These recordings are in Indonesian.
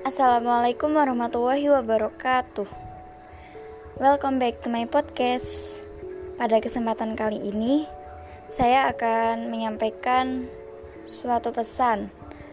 Assalamualaikum warahmatullahi wabarakatuh. Welcome back to my podcast. Pada kesempatan kali ini, saya akan menyampaikan suatu pesan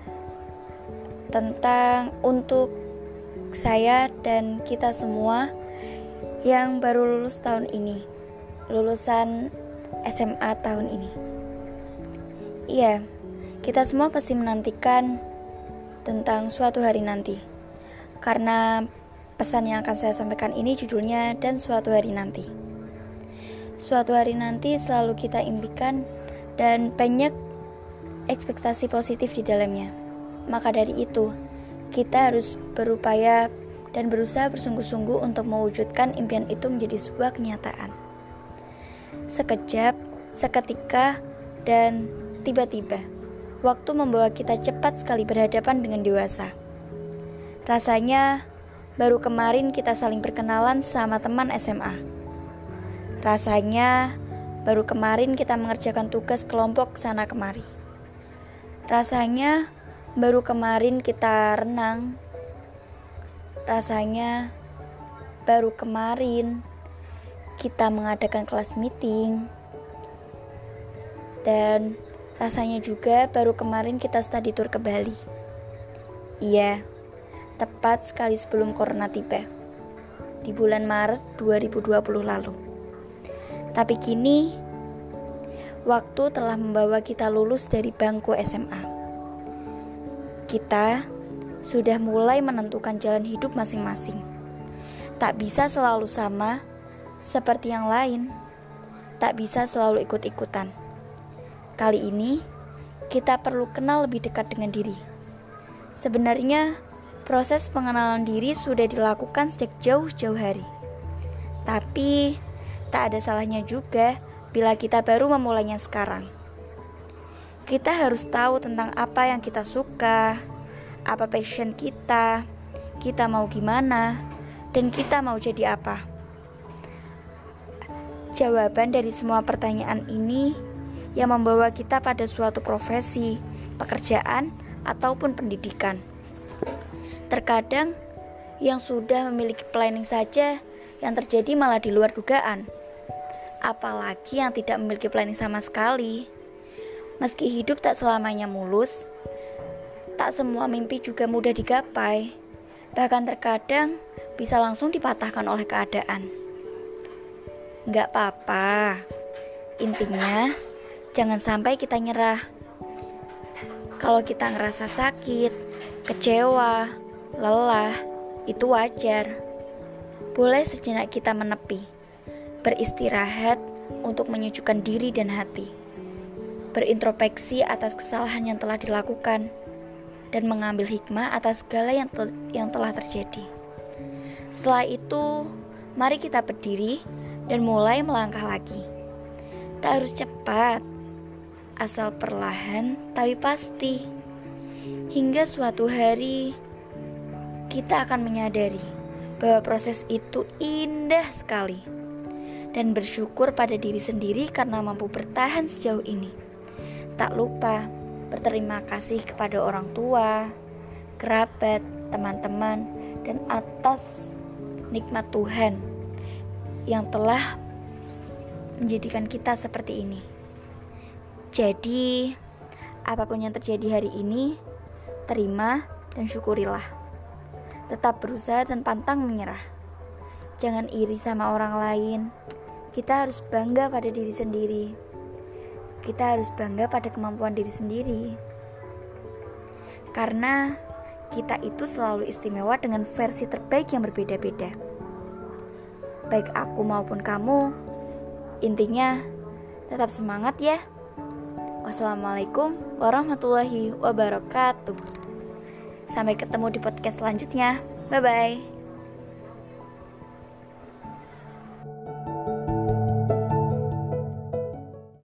tentang untuk saya dan kita semua yang baru lulus tahun ini, lulusan SMA tahun ini. Iya, kita semua pasti menantikan tentang suatu hari nanti, karena pesan yang akan saya sampaikan ini judulnya "Dan Suatu Hari Nanti". Suatu hari nanti selalu kita impikan dan banyak ekspektasi positif di dalamnya. Maka dari itu, kita harus berupaya dan berusaha bersungguh-sungguh untuk mewujudkan impian itu menjadi sebuah kenyataan. Sekejap, seketika, dan tiba-tiba waktu membawa kita cepat sekali berhadapan dengan dewasa. Rasanya baru kemarin kita saling berkenalan sama teman SMA. Rasanya baru kemarin kita mengerjakan tugas kelompok sana kemari. Rasanya baru kemarin kita renang. Rasanya baru kemarin kita mengadakan kelas meeting. Dan rasanya juga baru kemarin kita study tour ke Bali. Iya, tepat sekali sebelum corona tiba, di bulan Maret 2020 lalu. Tapi kini, waktu telah membawa kita lulus dari bangku SMA. Kita sudah mulai menentukan jalan hidup masing-masing. Tak bisa selalu sama seperti yang lain. Tak bisa selalu ikut-ikutan. Kali ini, kita perlu kenal lebih dekat dengan diri. Sebenarnya, proses pengenalan diri sudah dilakukan sejak jauh-jauh hari. Tapi, tak ada salahnya juga bila kita baru memulainya sekarang. Kita harus tahu tentang apa yang kita suka, apa passion kita mau gimana, dan kita mau jadi apa. Jawaban dari semua pertanyaan ini yang membawa kita pada suatu profesi, pekerjaan, ataupun pendidikan. Terkadang, yang sudah memiliki planning saja yang terjadi malah di luar dugaan. Apalagi yang tidak memiliki planning sama sekali. Meski hidup tak selamanya mulus, tak semua mimpi juga mudah digapai. Bahkan terkadang bisa langsung dipatahkan oleh keadaan. Nggak apa-apa. Intinya, jangan sampai kita nyerah. Kalau kita ngerasa sakit, kecewa, lelah, itu wajar. Boleh sejenak kita menepi, beristirahat untuk menyejukkan diri dan hati, berintrospeksi atas kesalahan yang telah dilakukan, dan mengambil hikmah atas segala yang telah terjadi. Setelah itu, mari kita berdiri dan mulai melangkah lagi. Tak harus cepat, asal perlahan tapi pasti. Hingga suatu hari kita akan menyadari bahwa proses itu indah sekali, dan bersyukur pada diri sendiri karena mampu bertahan sejauh ini. Tak lupa berterima kasih kepada orang tua, kerabat, teman-teman, dan atas nikmat Tuhan yang telah menjadikan kita seperti ini. Jadi, apapun yang terjadi hari ini, terima dan syukurilah. Tetap berusaha dan pantang menyerah. Jangan iri sama orang lain. Kita harus bangga pada diri sendiri. Kita harus bangga pada kemampuan diri sendiri. Karena kita itu selalu istimewa dengan versi terbaik yang berbeda-beda. Baik aku maupun kamu, intinya tetap semangat ya. Wassalamualaikum warahmatullahi wabarakatuh. Sampai ketemu di podcast selanjutnya. Bye-bye.